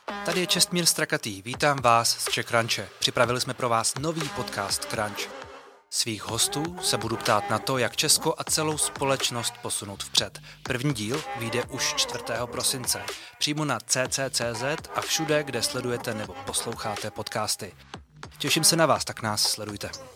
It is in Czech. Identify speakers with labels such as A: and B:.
A: Tady je Čestmír Strakatý, vítám vás z Czech Crunche. Připravili jsme pro vás nový podcast Crunch. Svých hostů se budu ptát na to, jak Česko a celou společnost posunout vpřed. První díl vyjde už 4. prosince, přímo na cc.cz a všude, kde sledujete nebo posloucháte podcasty. Těším se na vás, tak nás sledujte.